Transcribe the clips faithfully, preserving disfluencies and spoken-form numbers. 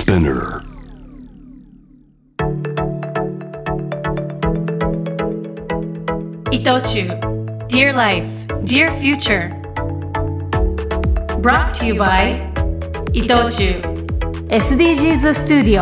Spinner. Itochu, Dear Life, Dear Future. Brought to you by Itochuエスディージーズ Studio。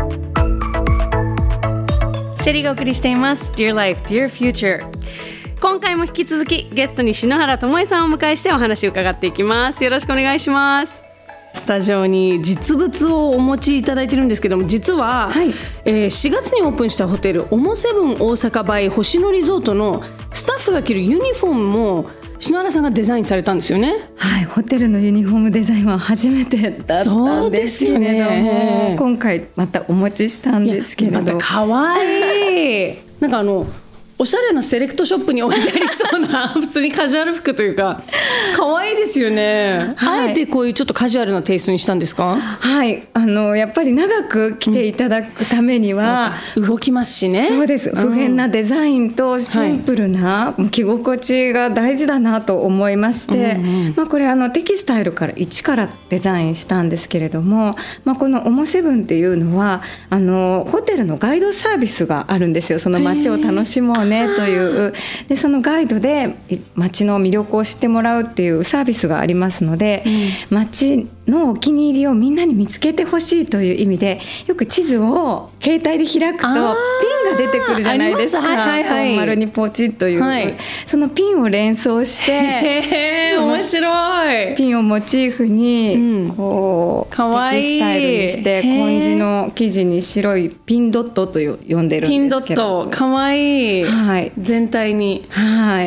シェリーがお送りしています Dear Life, Dear Future。今回も引き続きゲストに篠原ともえさんをお迎えしてお話を伺っていきます。よろしくお願いします。スタジオに実物をお持ちいただいてるんですけども、実は、はい、えー、しがつにオープンしたホテルオモセブン大阪バイ星野リゾートのスタッフが着るユニフォームも篠原さんがデザインされたんですよね。 はい、ホテルのユニフォームデザインは初めてだったんですけれども、そうですよね、今回またお持ちしたんですけれど、 また可愛いなんかあのおしゃれなセレクトショップに置いてありそうな普通にカジュアル服というか可愛いですよね、はい、あえてこういうちょっとカジュアルなテイストにしたんですか？ はい、あのやっぱり長く着ていただくためには、 うん、動きますしね。 そうです、不変なデザインとシンプルな着心地が大事だなと思いまして、うんうん、まあ、これあのテキスタイルから一からデザインしたんですけれども、まあ、このオモセブンっていうのはあのホテルのガイドサービスがあるんですよ。その街を楽しもうねというで、そのガイドで街の魅力を知ってもらうっていうサービスがありますので、うん、街のお気に入りをみんなに見つけてほしいという意味で、よく地図を携帯で開くとピンが出てくるじゃないですか。はいはいはい、丸にポチッという、はい、そのピンを連想してへー面白いピンをモチーフにこう、うん、かわいいテキスタイルにして紺地の生地に白いピンドットと呼んでるんですけど、 ピンドットかわいい、はい、全体に、 はい、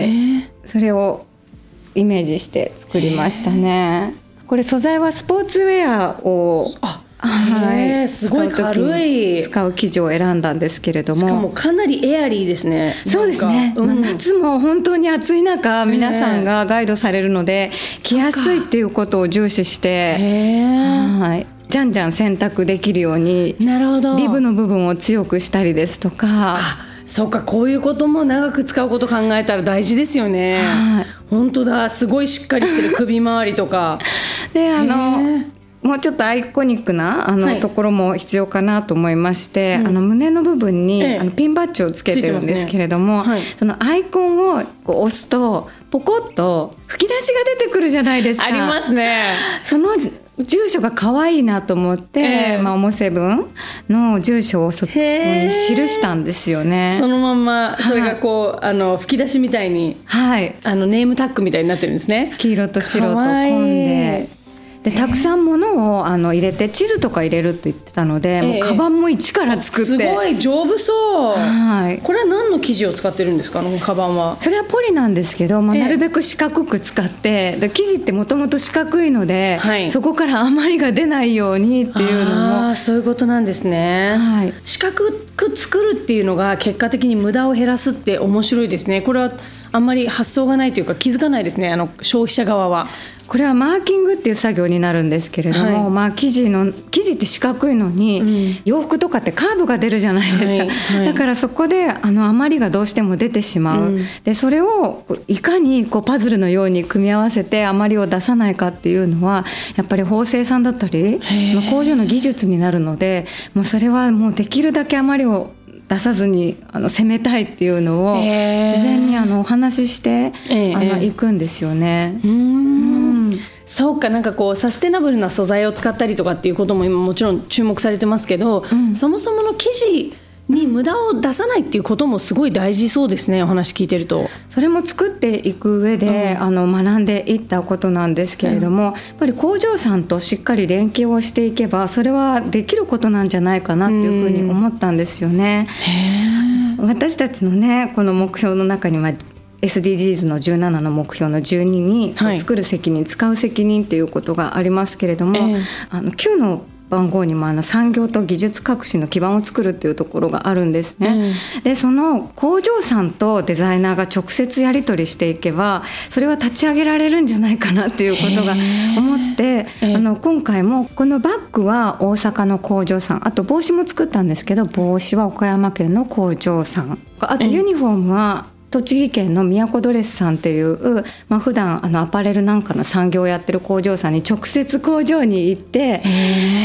それをイメージして作りましたね。これ素材はスポーツウェアをあ、はい、すごい軽い使う生地を選んだんですけれども、 しかもかなりエアリーですね。 そうですね、うん、夏も本当に暑い中皆さんがガイドされるので、着やすいっていうことを重視して、はい、じゃんじゃん洗濯できるようになるほどリブの部分を強くしたりですとか。 そうか、こういうことも長く使うこと考えたら大事ですよね。はい、本当だ、すごいしっかりしてる首周りとかで、あのもうちょっとアイコニックなあの、はい、ところも必要かなと思いまして、うん、あの胸の部分に、ええ、あのピンバッジをつけてるんですけれども、ね、はい、そのアイコンをこう押すとポコッと吹き出しが出てくるじゃないですか。 ありますね。 その住所が可愛いなと思って、えーまあ、オモセブンの住所をそこに記したんですよね。 そのまんまそれがこう、はい、あの吹き出しみたいに、はい、あのネームタッグみたいになってるんですね。 黄色と白と紺で、でたくさん物をあの入れて地図とか入れるって言ってたので、えー、もうカバンも一から作って、 すごい丈夫そう、はい、これは何の生地を使ってるんですか？あのカバンは。 それはポリなんですけど、まあ、なるべく四角く使って、えー、で生地ってもともと四角いので、はい、そこから余りが出ないようにっていうのも。 あ、そういうことなんですね、はい、四角く作るっていうのが結果的に無駄を減らすって面白いですね。これはあんまり発想がないというか気づかないですね、あの消費者側は。 これはマーキングっていう作業になるんですけれども、はい、まあ、生地の生地って四角いのに、うん、洋服とかってカーブが出るじゃないですか、はいはい、だからそこであの余りがどうしても出てしまう、うん、でそれをいかにこうパズルのように組み合わせて余りを出さないかっていうのはやっぱり縫製さんだったり工場の技術になるので、もうそれはもうできるだけ余りを出さずにあの攻めたいっていうのを事前にあのお話しして、えー、あの行くんですよね。うーん、 そうか、なんかこうサステナブルな素材を使ったりとかっていうことも今もちろん注目されてますけど、うん、そもそもの生地に無駄を出さないっていうこともすごい大事そうですね。お話聞いてるとそれも作っていく上で、うん、あの学んでいったことなんですけれども、うん、やっぱり工場さんとしっかり連携をしていけばそれはできることなんじゃないかなっていうふうに思ったんですよね。うん、私たちのねこの目標の中にはエスディージーズ のじゅうななの目標のじゅうにに、はい、作る責任使う責任っていうことがありますけれども、えー、あのきゅうの番号にもあの産業と技術革新の基盤を作るっていうところがあるんですね。うん、でその工場さんとデザイナーが直接やり取りしていけばそれは立ち上げられるんじゃないかなっていうことが思って、あの今回もこのバッグは大阪の工場さん、あと帽子も作ったんですけど帽子は岡山県の工場さん、あとユニフォームは栃木県の都ドレスさんっていう、まあ、普段あのアパレルなんかの産業をやってる工場さんに直接工場に行ってどういう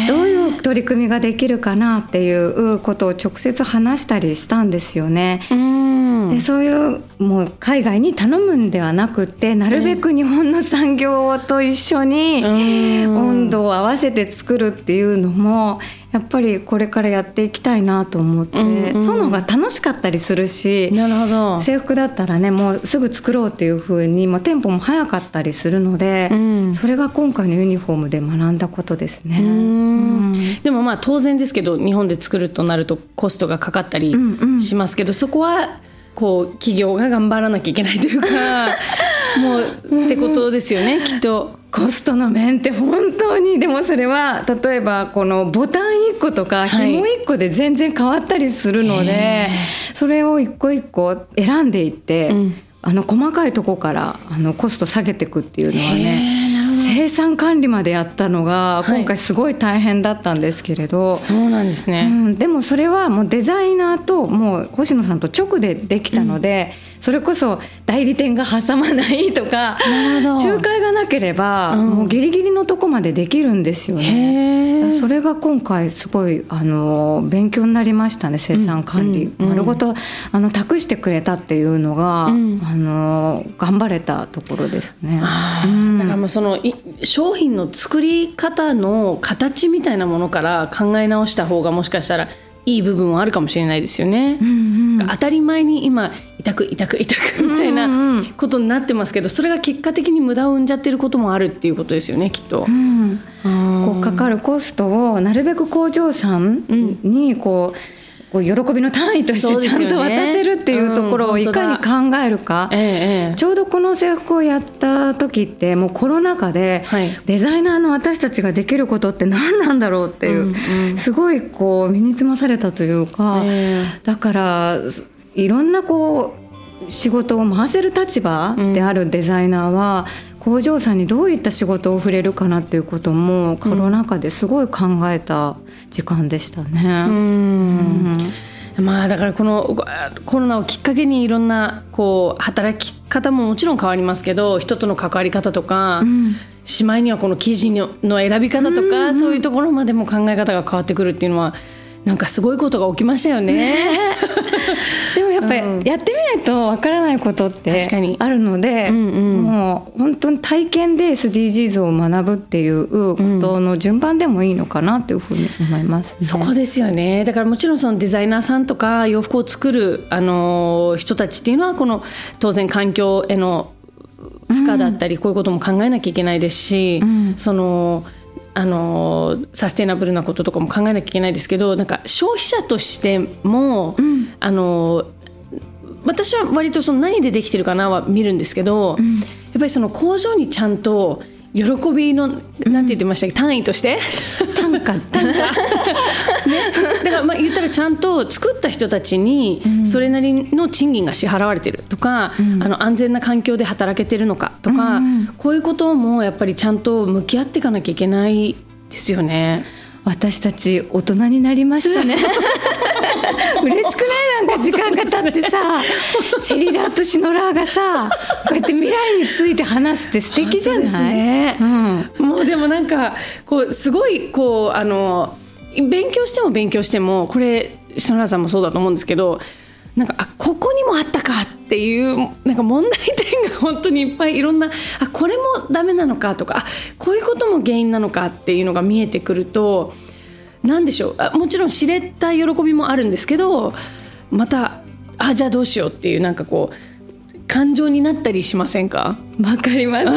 の取り組みができるかなっていうことを直接話したりしたんですよね。うんでそういうもう海外に頼むんではなくて、なるべく日本の産業と一緒に温度を合わせて作るっていうのもやっぱりこれからやっていきたいなと思って、うんうん、その方が楽しかったりするし、 なるほど、 制服だったらねもうすぐ作ろうっていう風に、まあ、テンポも早かったりするので、うん、それが今回のユニフォームで学んだことですね。うんうん、でもまあ当然ですけど日本で作るとなるとコストがかかったりしますけど、うんうん、そこはこう企業が頑張らなきゃいけないというかもうってことですよね、うん、きっと。 コストの面って本当に、でもそれは例えばこのボタンいっことか紐いっこで全然変わったりするので、はい、それを一個一個選んでいって、うん、あの細かいとこからあのコスト下げていくっていうのはね、生産管理までやったのが今回すごい大変だったんですけれど、 はい、そうなんですね、 うん、でもそれはもうデザイナーともう星野さんと直でできたので、うん、それこそ代理店が挟まないとか仲介がなければもうギリギリのとこまでできるんですよね、うん、それが今回すごいあの勉強になりましたね。生産管理、うんうん、丸ごとあの託してくれたっていうのが、うん、あの頑張れたところですね、 うん、だからもうその商品の作り方の形みたいなものから考え直した方がもしかしたらいい部分はあるかもしれないですよね、うんうん、当たり前に今委託委託委託みたいなことになってますけど、それが結果的に無駄を生んじゃってることもあるっていうことですよね、きっと、うん、 こうかかるコストをなるべく工場さんにこう、うんこう喜びの単位としてちゃんと渡せるっていうところをいかに考えるか、うんええ、ちょうどこの制服をやった時ってもうコロナ禍で、はい、デザイナーの私たちができることって何なんだろうっていう、うんうん、すごいこう身につまされたというか、ええ、だからいろんなこう仕事を回せる立場であるデザイナーは、うん工場さんにどういった仕事を触れるかなっていうこともコロナ禍ですごい考えた時間でしたね、うんうん、まあだからこのコロナをきっかけにいろんなこう働き方ももちろん変わりますけど、人との関わり方とか、うん、しまいにはこの生地の選び方とか、うんうん、そういうところまでも考え方が変わってくるっていうのはなんかすごいことが起きましたよね。ねでもやっぱりやってみないとわからないことってあるので、うんうん、もう本当に体験で エスディージーズ を学ぶっていうことの順番でもいいのかなっていうふうに思います、ねうん、そこですよね。だからもちろんそのデザイナーさんとか洋服を作る、あの人たちっていうのはこの当然環境への負荷だったり、こういうことも考えなきゃいけないですし、うん、そのあのサステイナブルなこととかも考えなきゃいけないですけど、なんか消費者としても、うん、あの私は割とその何でできてるかなは見るんですけど、うん、やっぱりその工場にちゃんと喜びの、うん、なんて言ってましたっけ、単位として単価単価、ね、 だからまあ言ったらちゃんと作った人たちにそれなりの賃金が支払われてるとか、うん、あの安全な環境で働けてるのかとか、うん、こういうこともやっぱりちゃんと向き合っていかなきゃいけないですよね。 私たち大人になりましたね嬉しくない？なんか時間が経ってさシェリラーとシノラーがさこうやって未来について話すって素敵じゃない？ですね、 うん、もうでもなんかこうすごいこうあの勉強しても勉強しても、これシノラーさんもそうだと思うんですけど、なんかあここにもあったかっていうなんか問題点が本当にいっぱいいろんな、あこれもダメなのかとか、あこういうことも原因なのかっていうのが見えてくると、なんでしょう、あもちろん知れた喜びもあるんですけど、またあじゃあどうしようっていうなんかこう感情になったりしませんか？ わかります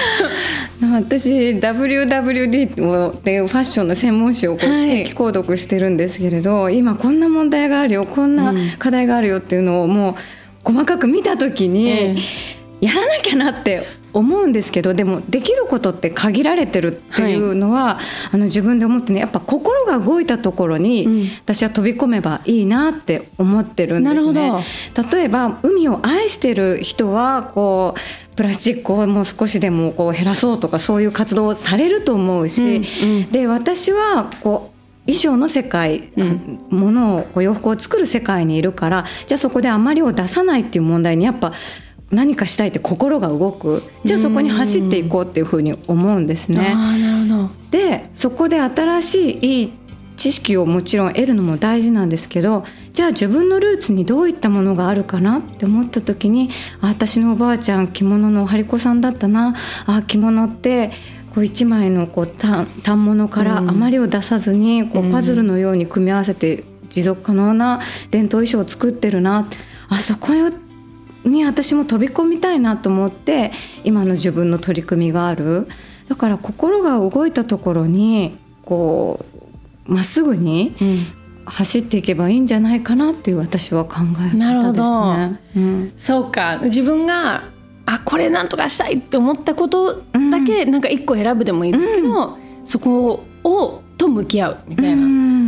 私 ダブリューダブリューディー っていうファッションの専門誌をこう定期購読してるんですけれど、はい、今こんな問題があるよ、こんな課題があるよっていうのをもう細かく見た時に、えー、やらなきゃなって思うんですけど、でもできることって限られてるっていうのは、はい、あの自分で思ってね、やっぱ心が動いたところに、うん、私は飛び込めばいいなって思ってるんですね。なるほど。例えば海を愛してる人はこうプラスチックをもう少しでもこう減らそうとか、そういう活動をされると思うし、うんうん、で私はこう衣装の世界、うん、物をこう洋服を作る世界にいるから、じゃあそこで余りを出さないっていう問題にやっぱ何かしたいって心が動く、じゃあそこに走っていこうっていうふうに思うんですね。 あ、なるほど。 でそこで新しいいい知識をもちろん得るのも大事なんですけど、じゃあ自分のルーツにどういったものがあるかなって思った時に、あ、私のおばあちゃん着物のお針子さんだったな、あ、着物ってこう一枚のこう反物から余りを出さずにこうパズルのように組み合わせて持続可能な伝統衣装を作ってるな、あそこに私も飛び込みたいなと思って今の自分の取り組みがある。だから心が動いたところにこうまっすぐに走っていけばいいんじゃないかなっていう私は考え方ですね。 なるほど、 うん、 そうか、自分があこれなんとかしたいって思ったことだけなんか一個選ぶでもいいですけど、うん、そこをと向き合うみたいな、うん、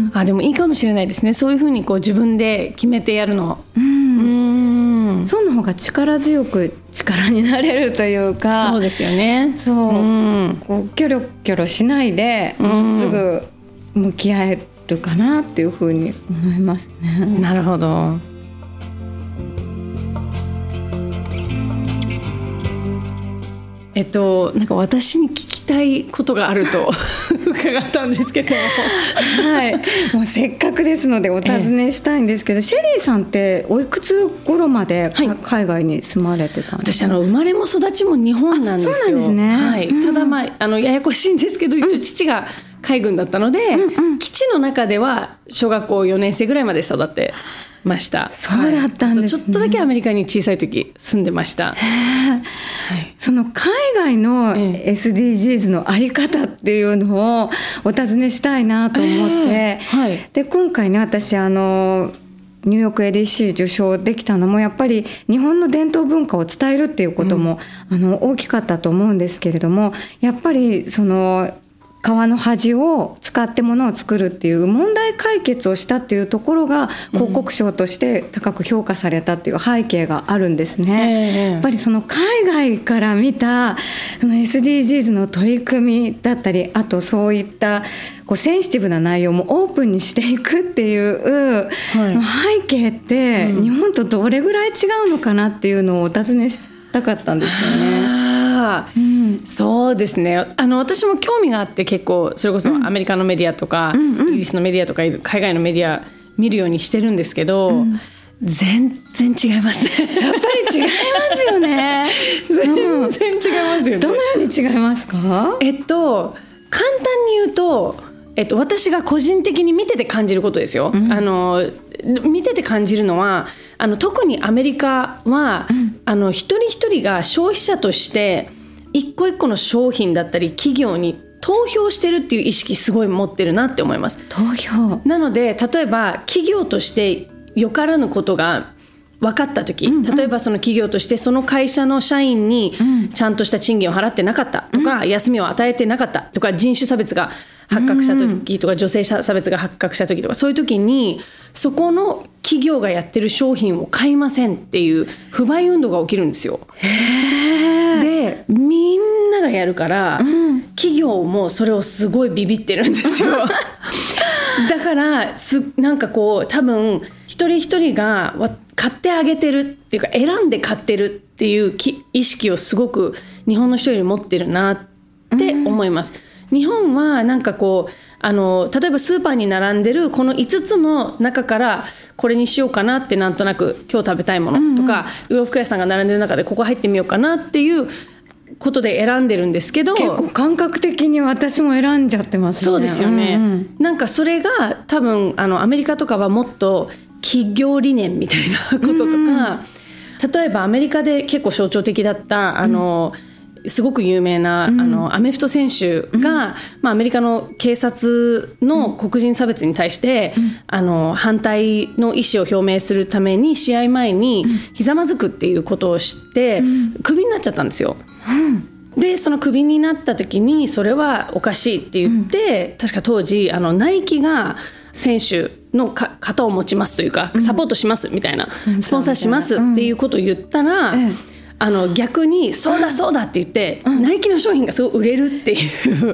あでもいいかもしれないですね。そういうふうにこう自分で決めてやるの、うんうん、 その方が力強く力になれるというか。 そうですよね。 そう、うん、こうキョロキョロしないでまっすぐ向き合えるかなっていうふうに思いますね。 なるほど。えっと、なんか私に聞きたいことがあると伺ったんですけどはい、もうせっかくですのでお尋ねしたいんですけど、ええ、シェリーさんっておいくつ頃まで、はい、海外に住まれてたんですか？ 私あの生まれも育ちも日本なんですよ。 そうなんですね、 はい、うん、ただ、まあ、あのややこしいんですけど一応父が海軍だったので、うんうん、基地の中では小学校よねん生ぐらいまで育ってました。 そうだったんですね。 ちょっとだけアメリカに小さい時住んでました。はい、 その海外の エスディージーズ のあり方っていうのをお尋ねしたいなと思って、えーはい、で今回ね私あのニューヨーク エーディーシー 受賞できたのもやっぱり日本の伝統文化を伝えるっていうことも、うん、あの大きかったと思うんですけれども、やっぱりその革の端を使ってものを作るっていう問題解決をしたっていうところが広告賞として高く評価されたっていう背景があるんですね、うん、やっぱりその海外から見た エスディージーズ の取り組みだったり、あとそういったこうセンシティブな内容もオープンにしていくっていう、はい、背景って日本とどれぐらい違うのかなっていうのをお尋ねしたかったんですよね。 うん、そうですね。あの私も興味があって結構それこそアメリカのメディアとか、うん、イギリスのメディアとか海外のメディア見るようにしてるんですけど、うん、全然違いますね。 やっぱり違いますよね。 全然違いますよね。 どのように違いますか？ えっと簡単に言うと、えっと、私が個人的に見てて感じることですよ、うん、あの見てて感じるのはあの特にアメリカは、うん、あの一人一人が消費者として一個一個の商品だったり企業に投票してるっていう意識すごい持ってるなって思います。 投票なので例えば企業としてよからぬことが分かった時、うんうん、例えばその企業としてその会社の社員にちゃんとした賃金を払ってなかったとか、うん、休みを与えてなかったとか、人種差別が発覚した時とか、うん、女性差別が発覚した時とか、そういう時にそこの企業がやってる商品を買いませんっていう不買運動が起きるんですよ。へー。でみんながやるから、うん、企業もそれをすごいビビってるんですよ。だからすなんかこう多分一人一人が買ってあげてるっていうか選んで買ってるっていう意識をすごく日本の人より持ってるなって思います、うん、日本はなんかこうあの例えばスーパーに並んでるこのいつつの中からこれにしようかなってなんとなく今日食べたいものとか、うんうん、洋服屋さんが並んでる中でここ入ってみようかなっていうことで選んでるんですけど、 結構感覚的に私も選んじゃってますね。 そうですよね、うんうん、なんかそれが多分あのアメリカとかはもっと企業理念みたいなこととか、うん、例えばアメリカで結構象徴的だったあの、うん、すごく有名な、うん、あのアメフト選手が、うんまあ、アメリカの警察の黒人差別に対して、うん、あの反対の意思を表明するために試合前にひざまずくっていうことを知って、うん、クビになっちゃったんですよ、うんでそのクビになった時にそれはおかしいって言って、うん、確か当時あのナイキが選手のか肩を持ちますというかサポートしますみたいな、うん、スポンサーしますっていうことを言ったら、うん、あの逆にそうだそうだって言って、うん、ナイキの商品がすごい売れるっていう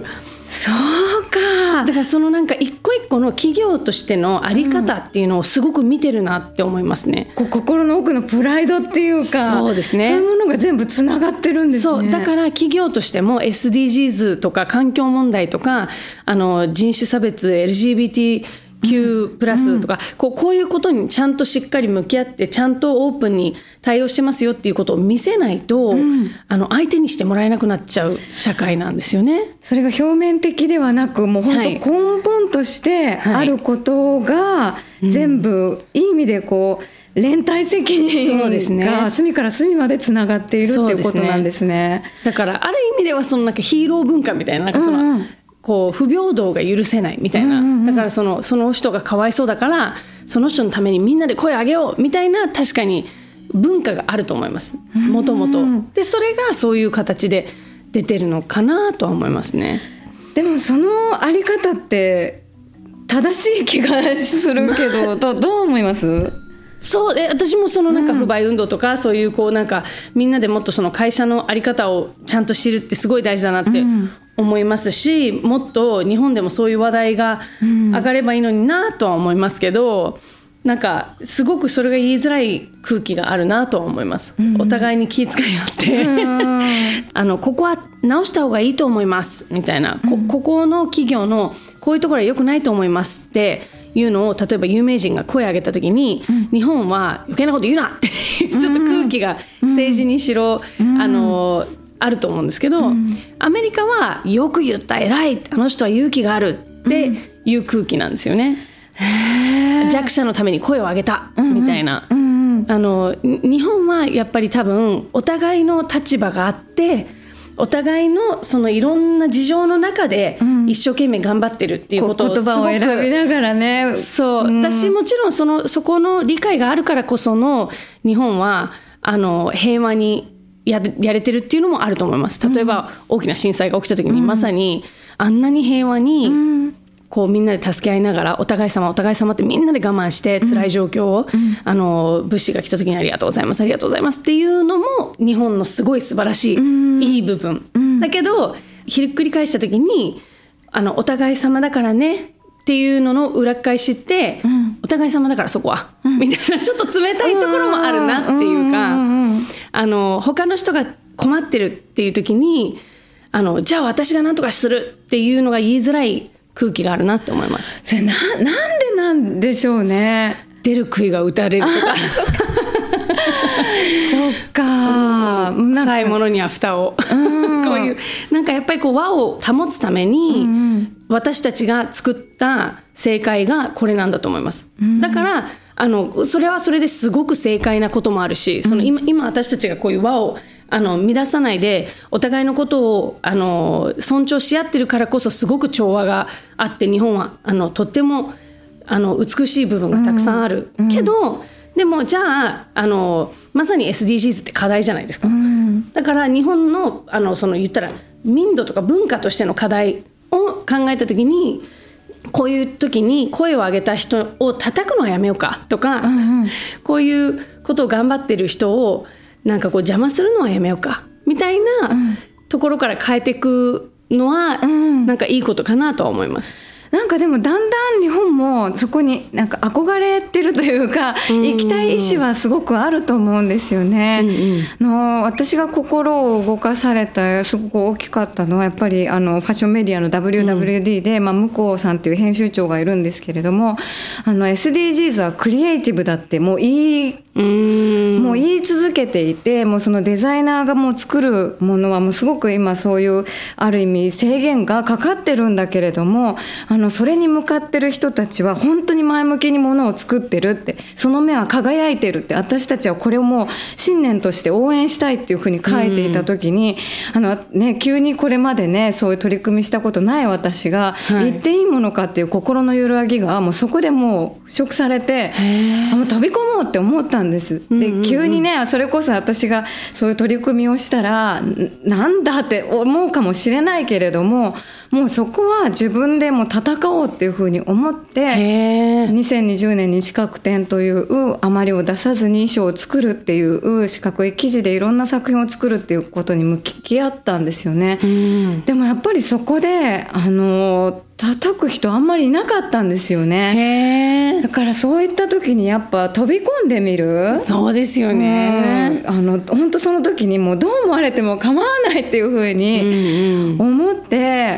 そうか。 だからそのなんか一個一個の企業としてのあり方っていうのをすごく見てるなって思いますね、 こう心の奥のプライドっていうか、 そうですね、 そういうものが全部つながってるんですね。 そうだから企業としても エスディージーズ とか環境問題とかあの人種差別 エルジービーティーキュー プラスとか、うん、こう、こういうことにちゃんとしっかり向き合ってちゃんとオープンに対応してますよっていうことを見せないと、うん、あの相手にしてもらえなくなっちゃう社会なんですよね。 それが表面的ではなくもう本当根本としてあることが全部いい意味でこう連帯責任が隅から隅までつながっているっていうことなんですね。 だからある意味ではそのなんかヒーロー文化みたいな、なんかその、うんうん、こう不平等が許せないみたいな、うんうんうん、だからその、その人がかわいそうだからその人のためにみんなで声を上げようみたいな確かに文化があると思いますもともと。でそれがそういう形で出てるのかなとは思いますね。 でもそのあり方って正しい気がするけど、まあ、ど, どう思います？ そうえ私もそのなんか不買運動とか、うん、そういうこうなんかみんなでもっとその会社の在り方をちゃんと知るってすごい大事だなって思いますし、うん、もっと日本でもそういう話題が上がればいいのになとは思いますけど、なんかすごくそれが言いづらい空気があるなとは思います、うん、お互いに気遣い合って、うん、あのここは直した方がいいと思いますみたいな、うん、こ, ここの企業のこういうところは良くないと思いますっていうのを例えば有名人が声を上げた時に、うん、日本は余計なこと言うなってちょっと空気が政治にしろ、うん、あのあると思うんですけど、うん、アメリカはよく言った偉いあの人は勇気があるっていう空気なんですよね、うん、弱者のために声を上げたみたいな、うんうん、あの日本はやっぱり多分お互いの立場があってお互いのそのいろんな事情の中で一生懸命頑張ってるっていうことをすごく、 言葉を選びながらね、 そう、うん、私もちろんそのそこの理解があるからこその日本はあの平和に や, やれてるっていうのもあると思います。例えば、うん、大きな震災が起きた時に、うん、まさにあんなに平和に、うんこうみんなで助け合いながらお互い様お互い様ってみんなで我慢して辛い状況を、うん、あの物資が来た時にありがとうございますありがとうございますっていうのも日本のすごい素晴らしい、うん、いい部分、うん、だけどひっくり返した時にあのお互い様だからねっていうのの裏返しって、うん、お互い様だからそこは、うん、みたいなちょっと冷たいところもあるなっていうか、うん、あの他の人が困ってるっていう時にあのじゃあ私が何とかするっていうのが言いづらい空気があるなって思います。 それ な, なんでなんでしょうね。 出る杭が打たれるとかそっか、 うん、臭いものには蓋をこういうなんかやっぱりこう和を保つために、うん、私たちが作った正解がこれなんだと思います、うん、だからあのそれはそれですごく正解なこともあるし、その 今, 今私たちがこういう和をあの乱さないでお互いのことをあの尊重し合ってるからこそすごく調和があって日本はあのとってもあの美しい部分がたくさんある、うん、けどでもじゃあ、あのまさに エスディージーズ って課題じゃないですか、うん、だから日本 の, あのその言ったら民度とか文化としての課題を考えた時にこういう時に声を上げた人を叩くのはやめようかとか、うんうん、こういうことを頑張ってる人をなんかこう邪魔するのはやめようかみたいなところから変えていくのはなんかいいことかなとは思います。 なんかでもだんだん日本もそこになんか憧れてるというか、うん、行きたい意志はすごくあると思うんですよね、うんうん、の私が心を動かされたすごく大きかったのはやっぱりあのファッションメディアの ダブリューダブリューディー で、うんまあ、向こうさんっていう編集長がいるんですけれども、あの エスディージーズ はクリエイティブだってもう言い、うん、もう言い続けていて、もうそのデザイナーがもう作るものはもうすごく今そういうある意味制限がかかってるんだけれども、あのそれに向かってる人たちは本当に前向きにものを作ってるって、その目は輝いてるって、私たちはこれをもう信念として応援したいっていうふうに書いていた時に、うんあのね、急にこれまでねそういう取り組みしたことない私が、はい、言っていいものかっていう心の揺らぎがもうそこでもう払拭されて、もう飛び込もうって思ったんんです。で、 うんうんうん、 急にねそれこそ私がそういう取り組みをしたらなんだって思うかもしれないけれども、もうそこは自分でも戦おうっていうふうに思ってにせんにじゅうねんに資格展というあまりを出さずに衣装を作るっていう四角い生地でいろんな作品を作るっていうことに向き合ったんですよね、うん、でもやっぱりそこであの叩く人あんまりいなかったんですよね。へー。だからそういった時にやっぱ飛び込んでみる。 そうですよね、 うん、あの本当その時にもうどう思われても構わないっていう風に思って、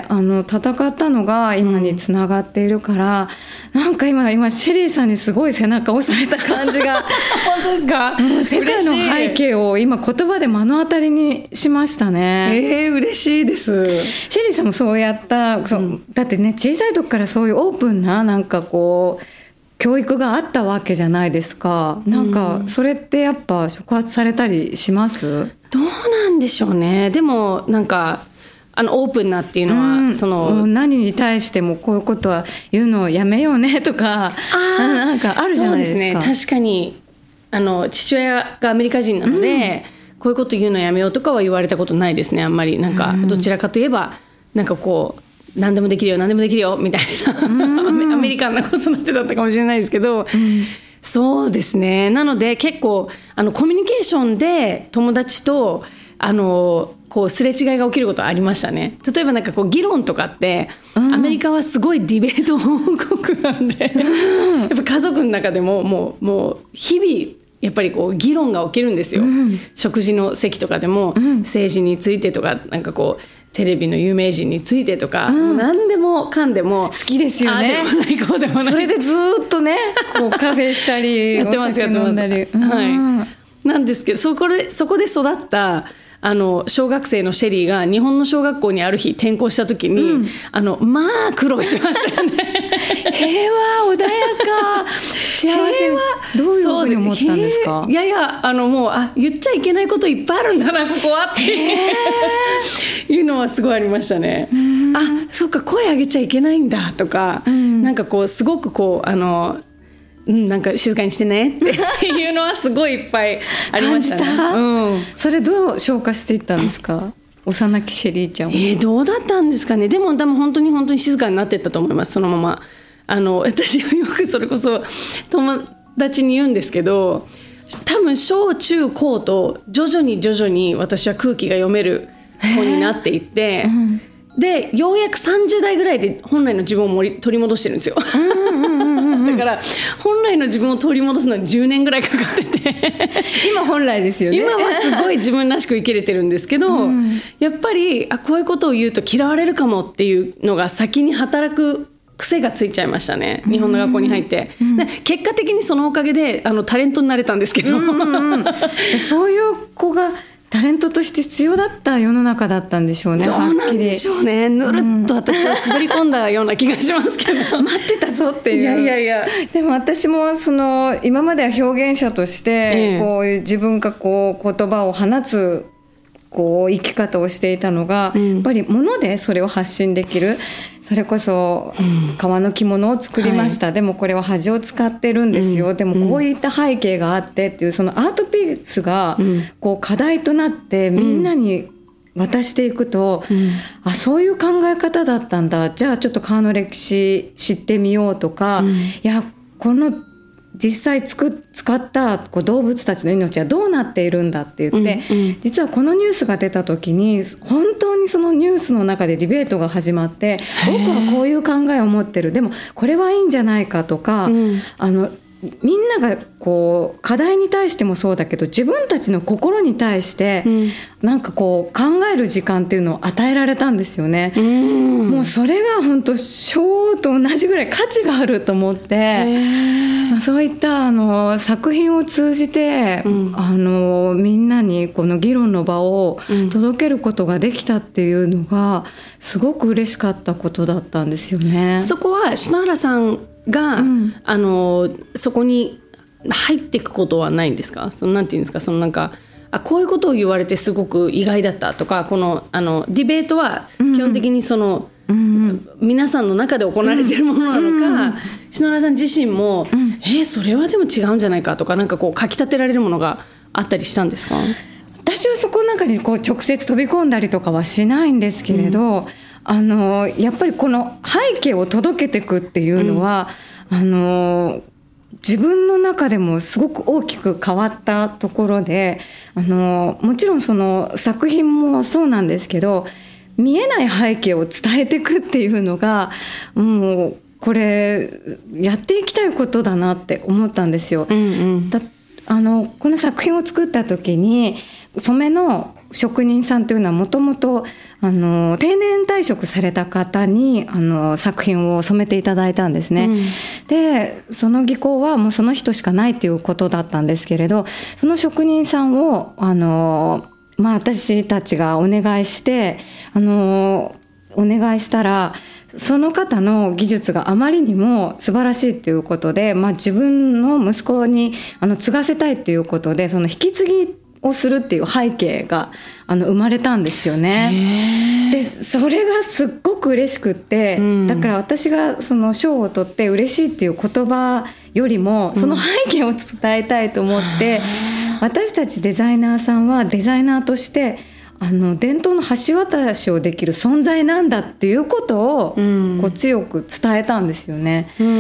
うんうん、あの戦ったのが今につながっているから、うん、なんか今今シェリーさんにすごい背中を押された感じが本当ですか。 うん、世界の背景を今言葉で目の当たりにしましたね。 えー、嬉しいです。 シェリーさんもそうやった、そう、うん、だってね小さい時からそういうオープンななんかこう教育があったわけじゃないですか。なんかそれってやっぱ触発されたりします？ どうなんでしょうね。でもなんかあのオープンなっていうのは、うん、その何に対してもこういうことは言うのをやめようねとか、あなんかあるじゃないですか。 そうですね、確かにあの父親がアメリカ人なので、うん、こういうこと言うのやめようとかは言われたことないですね。あんまりなんかどちらかといえばなんかこう何でもできるよ何でもできるよみたいなアメリカンな子育てだったかもしれないですけど、うん、そうですね。なので結構あのコミュニケーションで友達とあのこうすれ違いが起きることはありましたね。例えばなんかこう議論とかって、うん、アメリカはすごいディベート王国なんで、うん、やっぱ家族の中でももう、もう日々やっぱりこう議論が起きるんですよ、うん、食事の席とかでも、うん、政治についてとかなんかこうテレビの有名人についてとか、うん、何でもかんでも好きですよね。 あでもないこうでもないそれでずっとねこうカフェしたりやってますやってます、うん、はい、なんですけどそこで、そこで育ったあの小学生のシェリーが日本の小学校にある日転校した時に、うん、あのまあ苦労しましたよね平和穏やか幸せどういうふうに思ったんですか？ いやいやあのもうあ言っちゃいけないこといっぱいあるんだなここはっていうのはすごいありましたね。あそっか声上げちゃいけないんだとか、うん、なんかこうすごくこうあのうん、なんか静かにしてねっていうのはすごいいっぱいありましたね。感じた、うん、 それどう消化していったんですか？幼きシェリーちゃんは、 えー、どうだったんですかね。でも多分本当に本当に静かになっていったと思います。そのままあの私はよくそれこそ友達に言うんですけど、多分小中高と徐々に徐々に私は空気が読める子になっていって、うん、でようやくさんじゅう代ぐらいで本来の自分を取り戻してるんですよ、うんうんうんうん、だから本来の自分を取り戻すのにじゅうねんぐらいかかってて今本来ですよね。 今はすごい自分らしく生きれてるんですけど、うん、やっぱりあこういうことを言うと嫌われるかもっていうのが先に働く癖がついちゃいましたね。日本の学校に入って、うん、で結果的にそのおかげであのタレントになれたんですけど、うんうん、 そういう子がタレントとして必要だった世の中だったんでしょうね。 どうなんでしょうね。ぬるっと私は滑り込んだような気がしますけど待ってたぞっていう。 いやいやいやでも私もその今までは表現者として、ええ、こういう自分がこう言葉を放つこう生き方をしていたのが、うん、やっぱり物でそれを発信できる。それこそ革の着物を作りました、うんはい、でもこれは端を使ってるんですよ、うん、でもこういった背景があってっていうそのアートピースがこう課題となってみんなに渡していくと、うん、あそういう考え方だったんだ、じゃあちょっと革の歴史知ってみようとか、うん、いやこの実際つく使ったこう動物たちの命はどうなっているんだって言って、うんうん、実はこのニュースが出た時に本当にそのニュースの中でディベートが始まって、僕はこういう考えを持ってる、でもこれはいいんじゃないかとか、うん、あのみんながこう課題に対してもそうだけど自分たちの心に対してなんかこう考える時間っていうのを与えられたんですよね、うん、もうそれが本当賞と同じぐらい価値があると思って、そういったあの作品を通じて、うん、あのみんなにこの議論の場を届けることができたっていうのがすごく嬉しかったことだったんですよね。 そこは篠原さんが、うん、あのそこに入っていくことはないんですか？そのなんていうんですか、そのなんかあこういうことを言われてすごく意外だったとか、このあのディベートは基本的にその、うん、 、皆さんの中で行われているものなのか、うん、篠原さん自身も、うん、えー、それはでも違うんじゃないかとか、なんかこうかき立てられるものがあったりしたんですか？ 私はそこの中にこう直接飛び込んだりとかはしないんですけれど、うん、あのやっぱりこの背景を届けていくっていうのは、うん、あの自分の中でもすごく大きく変わったところで、あのもちろんその作品もそうなんですけど、見えない背景を伝えていくっていうのがもうこれやっていきたいことだなって思ったんですよ、うんうん、だあのこの作品を作った時に染めの職人さんというのはもともと定年退職された方にあの作品を染めていただいたんですね、うん、でその技巧はもうその人しかないということだったんですけれど、その職人さんをあの、まあ、私たちがお願いしてあのお願いしたら、その方の技術があまりにも素晴らしいということで、まあ、自分の息子にあの継がせたいということで、その引き継ぎをするっていう背景があの生まれたんですよね。でそれがすっごく嬉しくって、うん、だから私がその賞を取って嬉しいっていう言葉よりもその背景を伝えたいと思って、うん、私たちデザイナーさんはデザイナーとしてあの伝統の橋渡しをできる存在なんだっていうことをこう強く伝えたんですよね、うん、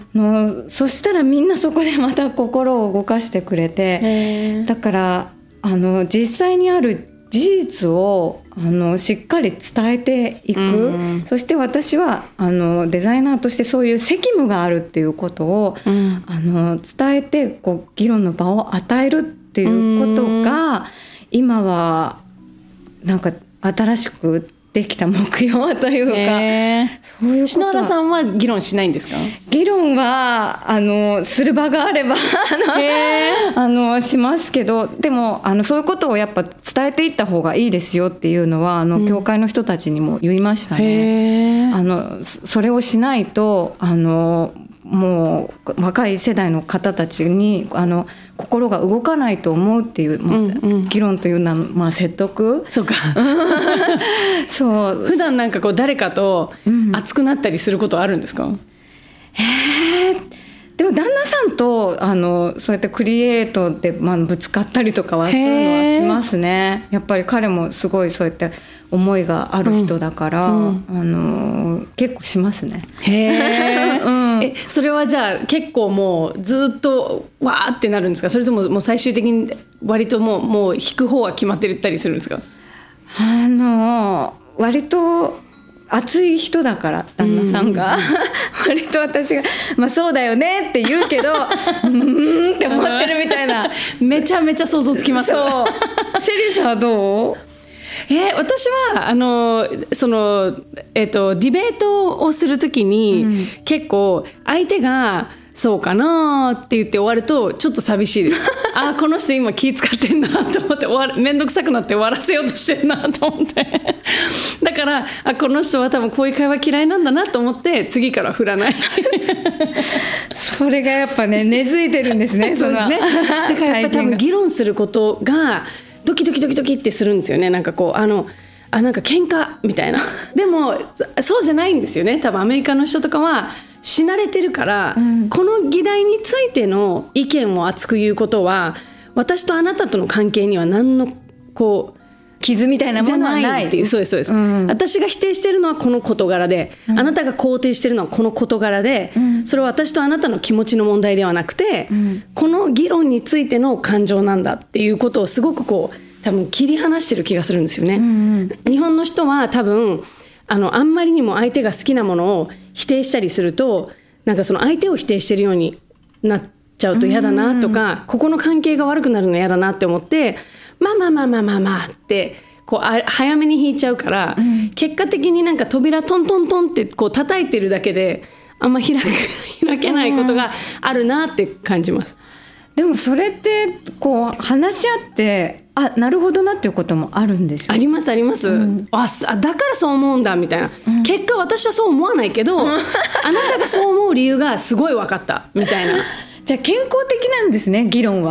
のそしたらみんなそこでまた心を動かしてくれて、だからあの実際にある事実をあのしっかり伝えていく、うん、そして私はあのデザイナーとしてそういう責務があるっていうことを、うん、あの伝えてこう議論の場を与えるっていうことが、うん、今はなんか新しくできた目標というか、そういうこと。 篠原さんは議論しないんですか？ 議論はあのする場があればあのしますけど、でもあのそういうことをやっぱ伝えていった方がいいですよっていうのはあの、うん、教会の人たちにも言いましたね。あのそれをしないとあのもう若い世代の方たちにあの心が動かないと思うっていう、まあうんうん、議論というのは、まあ、説得。 そうかそう普段なんかこう誰かと熱くなったりすることあるんですか？うん、 へーでも旦那さんとあのそうやってクリエイトで、まあ、ぶつかったりとかはそういうのはしますね。やっぱり彼もすごいそうやって思いがある人だから、うんうん、あの結構しますね。 へー、うん、えそれはじゃあ結構もうずっとわーってなるんですか？それとももう最終的に割ともう、もう引く方は決まってたりするんですか？あの割と熱い人だから旦那さんが、うん、割と私が、まあ、そうだよねって言うけどうーんって思ってるみたいなめちゃめちゃ想像つきます。 そうシェリーさんはどう？ えー、私はあのその、えーと、ディベートをするときに、うん、結構相手がそうかなって言って終わるとちょっと寂しいですあこの人今気使ってんなと思って終わる、めんどくさくなって終わらせようとしてんなと思ってだからあこの人は多分こういう会話嫌いなんだなと思って次から振らないそれがやっぱね根付いてるんですね。 そうですね。だからやっぱ多分議論することがドキドキドキドキってするんですよね。なんかこうあのあなんか喧嘩みたいなでもそうじゃないんですよね。多分アメリカの人とかは死なれてるから、うん、この議題についての意見を熱く言うことは私とあなたとの関係には何のこう傷みたいなものはないっていう。そうですそうです、うん、私が否定してるのはこの事柄で、うん、あなたが肯定してるのはこの事柄で、うん、それは私とあなたの気持ちの問題ではなくて、うん、この議論についての感情なんだっていうことをすごくこう多分切り離してる気がするんですよね、うんうん、日本の人は多分あのあんまりにも相手が好きなものを否定したりするとなんかその相手を否定してるようになっちゃうと嫌だなとか、うん、ここの関係が悪くなるの嫌だなって思ってまあまあまあまあまあまあってこうあ早めに引いちゃうから、うん、結果的になんか扉トントントンってこう叩いてるだけであんま開け、開けないことがあるなって感じます。 でもそれってこう話し合ってあなるほどなっていうこともあるんでしょ？ ありますあります、うん、あだからそう思うんだみたいな、うん、結果私はそう思わないけど、うん、あなたがそう思う理由がすごい分かったみたいなじゃあ健康的なんですね議論は。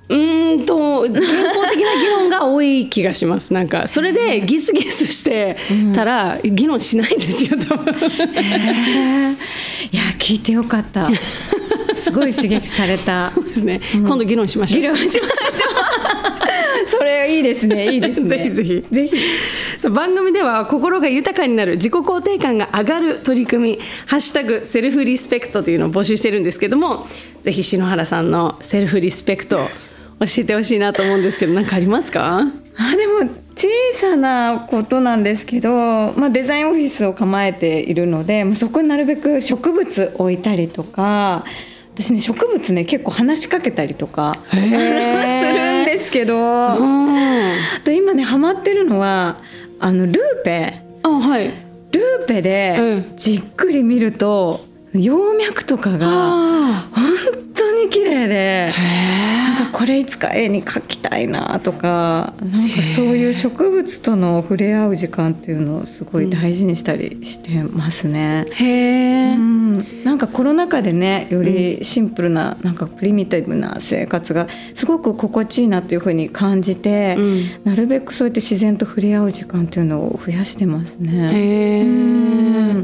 うーんと健康的な議論が多い気がします。なんかそれでギスギスしてたら議論しないんですよ多分。 えー、いや聞いてよかったすごい刺激された。 そうですね、 うん、 今度議論しましょう。 議論しましょうそれいいですねいいですねぜひぜひぜひ。 そう番組では心が豊かになる自己肯定感が上がる取り組みハッシュタグセルフリスペクトというのを募集してるんですけども、ぜひ篠原さんのセルフリスペクトを教えてほしいなと思うんですけど、何かありますか？ あでも小さなことなんですけど、まあ、デザインオフィスを構えているのでそこになるべく植物置いたりとか、私ね植物ね結構話しかけたりとかするんですけど、あと今ねハマってるのはあのルーペ。 あ、はい、 ルーペでじっくり見ると、うん、葉脈とかが本当に綺麗で、なんかこれいつか絵に描きたいなとか、なんかそういう植物との触れ合う時間っていうのをすごい大事にしたりしてますね。 へー、 うん、なんかコロナ禍でねよりシンプルな、なんかプリミティブな生活がすごく心地いいなっていう風に感じて、うん、なるべくそうやって自然と触れ合う時間っていうのを増やしてますね。 へー、うん、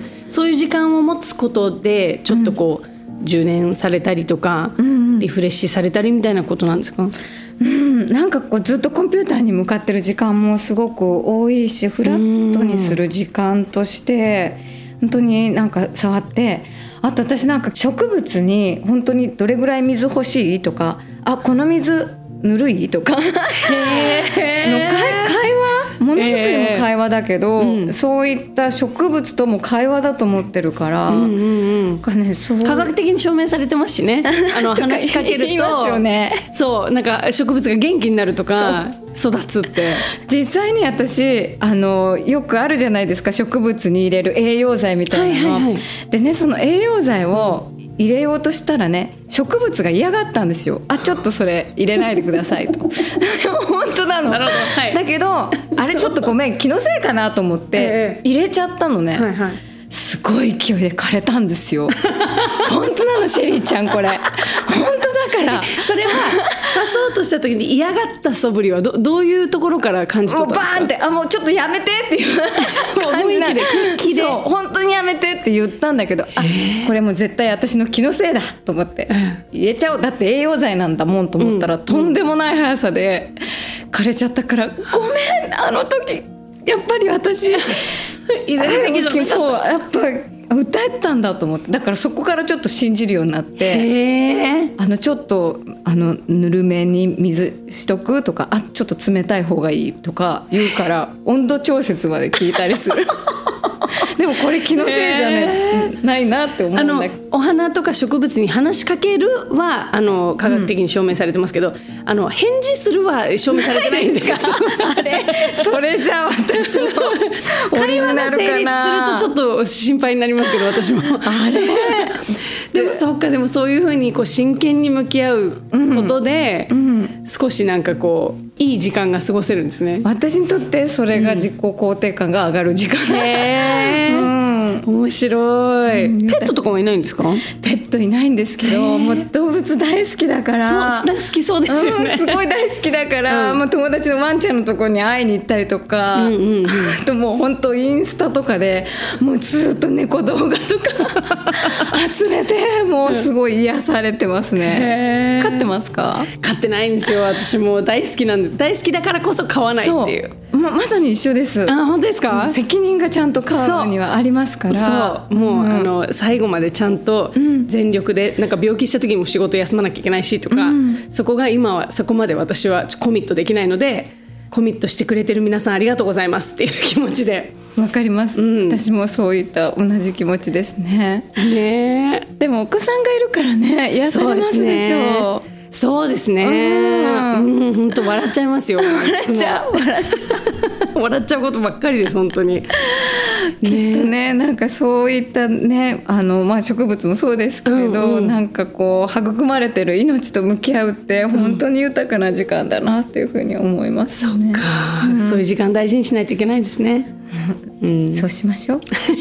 そういう時間を持つことでちょっとこう、うん充電されたりとか、うんうん、リフレッシュされたりみたいなことなんですか？ うん、なんかこうずっとコンピューターに向かってる時間もすごく多いし、フラットにする時間として本当になんか触って、あと私なんか植物に本当にどれぐらい水欲しいとか、あこの水ぬるいとかの会話、ものづくりも会話だけど、えーうん、そういった植物とも会話だと思ってるから、うんうんうん、かね、そう科学的に証明されてますしねあの話しかけると言いますよね。 そうなんか植物が元気になるとか育つって。 実際に私あのよくあるじゃないですか、植物に入れる栄養剤みたいなの、はいはいはい、でねその栄養剤を入れようとしたらね植物が嫌がったんですよ。あちょっとそれ入れないでくださいと本当なの。なるほど、はい、だけどあれちょっとごめん気のせいかなと思って入れちゃったのね、はいはい、すごい勢いで枯れたんですよ本当なのシェリーちゃんこれ本当だからそれは刺そうとした時に嫌がった素振りは ど, どういうところから感じ取ったんですか？ もうバーンってあもうちょっとやめてっていう感じな気でそう本当にやめてって言ったんだけど、あこれもう絶対私の気のせいだと思って入れちゃおう、だって栄養剤なんだもんと思ったら、うん、とんでもない速さで枯れちゃったから、ごめんあの時やっぱり私入れるべきじゃなかった。そうやっぱ歌えたんだと思って、だからそこからちょっと信じるようになって、へー、あのちょっとあのぬるめに水しとくとか、あちょっと冷たい方がいいとか言うから温度調節まで聞いたりするでもこれ気のせいじゃ、ね、ないなって思うんだけど、 あのお花とか植物に話しかけるはあの科学的に証明されてますけど、うん、あの返事するは証明されてないんですかあれそれじゃあ私のオリジナルかな。会話が成立するとちょっと心配になりますけど私もあれでもそっか、でもそういう風にこう真剣に向き合うことで、うんうん、少しなんかこういい時間が過ごせるんですね。 私にとってそれが自己肯定感が上がる時間、うん、 へー、うん、面白い、うん、ペットとかはいないんですか？ ペットいないんですけど、もう動物大好きだから。 そう好きそうですよね、 うん、すごい大好きだから、うん、まあ、友達のワンちゃんのところに会いに行ったりとか、うんうんうん、あともう本当インスタとかでもうずっと猫動画とか集めてもうすごい癒されてますね。飼ってますか？ 飼ってないんですよ。私も大好きなんです。大好きだからこそ飼わないっていう。 ま, まさに一緒です。 あ、本当ですか？ 責任がちゃんと飼うにはありますから。 そう、もう、うん、あの最後までちゃんと全力で、なんか病気した時にも仕事休まなきゃいけないしとか、うん、そこが今はそこまで私はコミットできないので、コミットしてくれてる皆さんありがとうございますっていう気持ちで。 わかります、うん、私もそういった同じ気持ちですね。 ね、 でもお子さんがいるからね癒されますでしょう。 そうですね、うん、本当笑っちゃいますよ笑っちゃう笑っちゃう笑っちゃうことばっかりです本当に。 きっとね、なんかそういったね、あの、まあ、植物もそうですけれど、うんうん、なんかこう育まれてる命と向き合うって本当に豊かな時間だなっていうふうに思いますね、 うん、そっか、うん、そういう時間大事にしないといけないですね、 うん、そうしましょう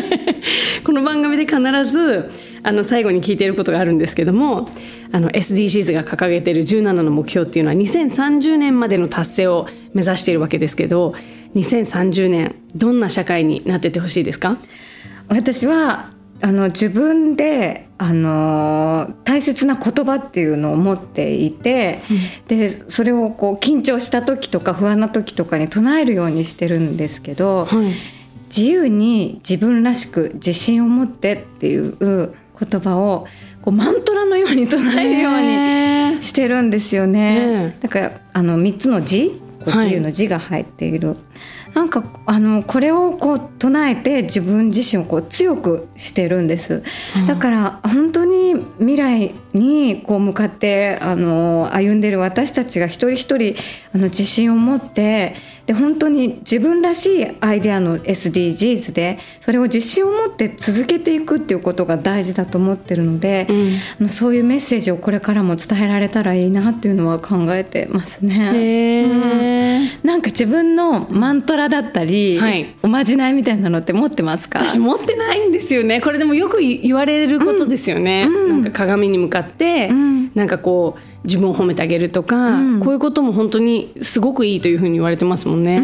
この番組で必ずあの最後に聞いていることがあるんですけども、あの エスディージーズ が掲げているじゅうななの目標っていうのはにせんさんじゅうねんまでの達成を目指しているわけですけど、にせんさんじゅうねんどんな社会になっててほしいですか？ 私はあの自分であの大切な言葉っていうのを持っていて、うん、でそれをこう緊張した時とか不安な時とかに唱えるようにしてるんですけど、はい、自由に自分らしく自信を持ってっていう言葉をこうマントラのように唱えるようにしてるんですよね。だからあのみっつの字、こう自由の字が入っている、はい、なんかあのこれをこう唱えて自分自身をこう強くしてるんです、うん、だから本当に未来にこう向かってあの歩んでる私たちが一人一人あの自信を持って、で本当に自分らしいアイデアの エスディージーズ でそれを自信を持って続けていくっていうことが大事だと思ってるので、うん、あのそういうメッセージをこれからも伝えられたらいいなっていうのは考えてますね。 へー、 うん、なんか自分のマントラだったり、はい、おまじないみたいなのって持ってますか？ 私持ってないんですよね。これでもよく言われることですよね、うん、なんか鏡に向かって、うん、なんかこう自分を褒めてあげるとか、うん、こういうことも本当にすごくいいというふうに言われてますもんね、うん、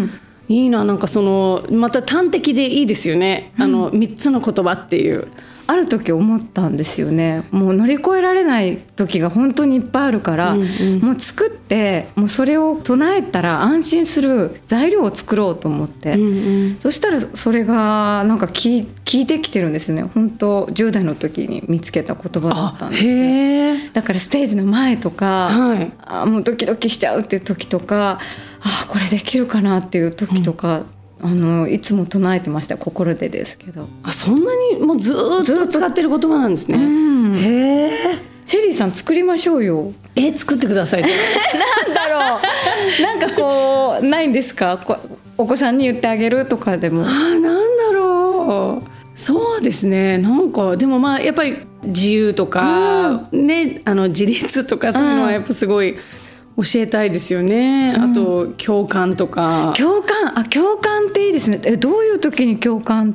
いいな。なんかそのまた端的でいいですよね、うん、あのみっつの言葉っていう。 ある時思ったんですよね。もう乗り越えられない時が本当にいっぱいあるから、うんうん、もう作ってもうそれを唱えたら安心する材料を作ろうと思って、うんうん、そしたらそれがなんか聞い、聞いてきてるんですよね。本当じゅう代の時に見つけた言葉だったんです、ね、だからステージの前とか、はい、あもうドキドキしちゃうっていう時とか、あこれできるかなっていう時とか、うんあのいつも唱えてました。心でですけど。 あそんなにもうずっと使ってる言葉なんですね、うん、 へえ。シェリーさん作りましょうよ。 え作ってくださいなんだろうなんかこうないんですか？こお子さんに言ってあげるとかでも。 あなんだろう。そうですね。なんかでもまあやっぱり自由とか、うん、ねあの自立とかそういうのはやっぱすごい教えたいですよね、うん、あと共感とか。 共感、あ共感っていいですね。えどういう時に共感って？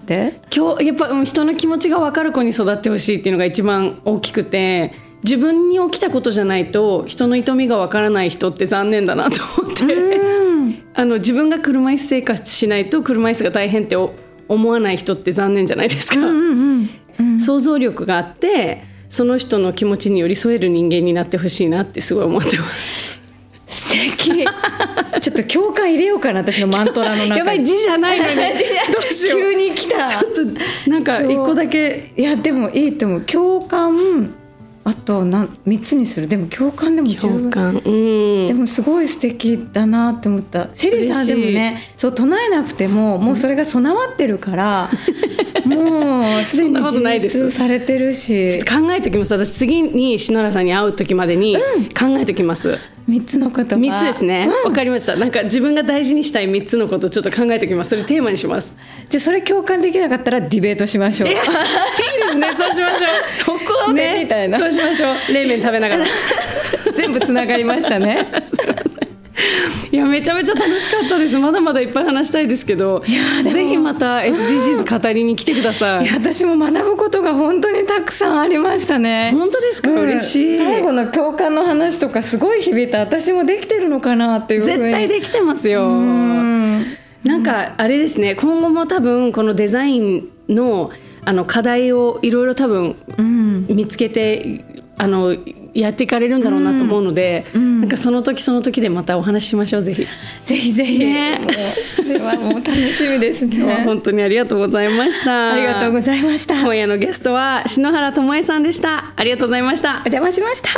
やっぱ人の気持ちが分かる子に育ってほしいっていうのが一番大きくて、自分に起きたことじゃないと人の痛みが分からない人って残念だなと思って、うん、あの自分が車椅子生活しないと車椅子が大変って思わない人って残念じゃないですか、うんうんうん、想像力があってその人の気持ちに寄り添える人間になってほしいなってすごい思ってます。 素敵ちょっと共感入れようかな、私のマントラの中に。 やばい字じゃないのにどうしよう急に来た。 ちょっとなんか一個だけ。 いやでもいいと思う。共感あとなみっつにする。でも共感でも十分。共感、うん、でもすごい素敵だなって思った。シェリーさんでもねそう唱えなくてももうそれが備わってるから、うん、もうすでに自立されてるし。 ちょっと考えときます。私次に篠原さんに会う時までに考えときます、うんみっつの言葉。 みっつですね、うん、分かりました。なんか自分が大事にしたいみっつのことをちょっと考えておきます。それテーマにします。 じゃあそれ共感できなかったらディベートしましょう。いいですねそうしましょうそこで、ね、みたいな。 そうしましょう。冷麺食べながら全部つながりましたねいやめちゃめちゃ楽しかったです。まだまだいっぱい話したいですけど、いやぜひまた エスディージーズ 語りに来てください。 いや私も学ぶことが本当にたくさんありましたね。 本当ですか、うん、嬉しい。 最後の共感の話とかすごい響いた。私もできてるのかなっていうふうに。 絶対できてますよ。うんなんかあれですね、今後も多分このデザイン の, あの課題をいろいろ多分見つけて、うん、あのやっていかれるんだろうなと思うので、うん、なんかその時その時でまたお話ししましょう。ぜひぜひぜひ、ね、もうそれはもう楽しみですね。今日は本当にありがとうございました。 ありがとうございました。 今夜のゲストは篠原ともえさんでした。ありがとうございました。 お邪魔しました。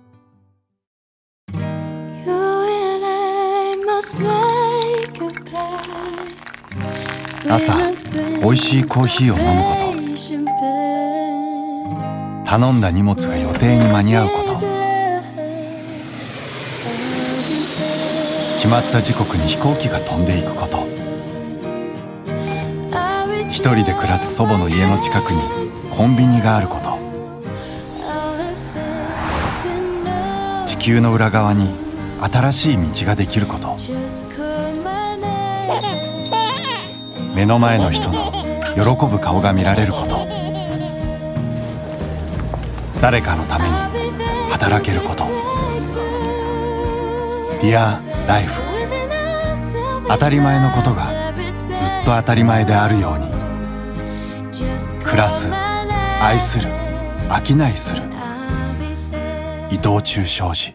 朝おいしいコーヒーを飲むこと、頼んだ荷物が予定に間に合うこと、決まった時刻に飛行機が飛んでいくこと、一人で暮らす祖母の家の近くにコンビニがあること、地球の裏側に新しい道ができること、目の前の人の喜ぶ顔が見られること、誰かのために働けること。 Dear Life、 当たり前のことがずっと当たり前であるように、暮らす、愛する、商いする。伊藤忠商事。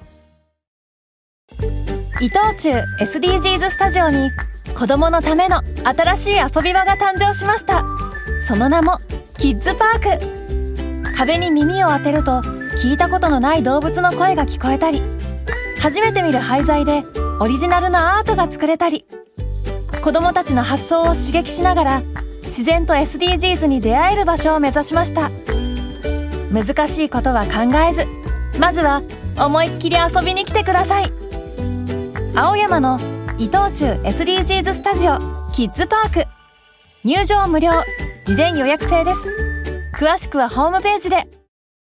伊藤忠 エスディージーズ スタジオに子どものための新しい遊び場が誕生しました。その名もキッズパーク。壁に耳を当てると聞いたことのない動物の声が聞こえたり、初めて見る廃材でオリジナルのアートが作れたり、子どもたちの発想を刺激しながら自然と エスディージーズ に出会える場所を目指しました。難しいことは考えず、まずは思いっきり遊びに来てください。青山の伊藤忠 エスディージーズ スタジオキッズパーク。入場無料、事前予約制です。詳しくはホームページで。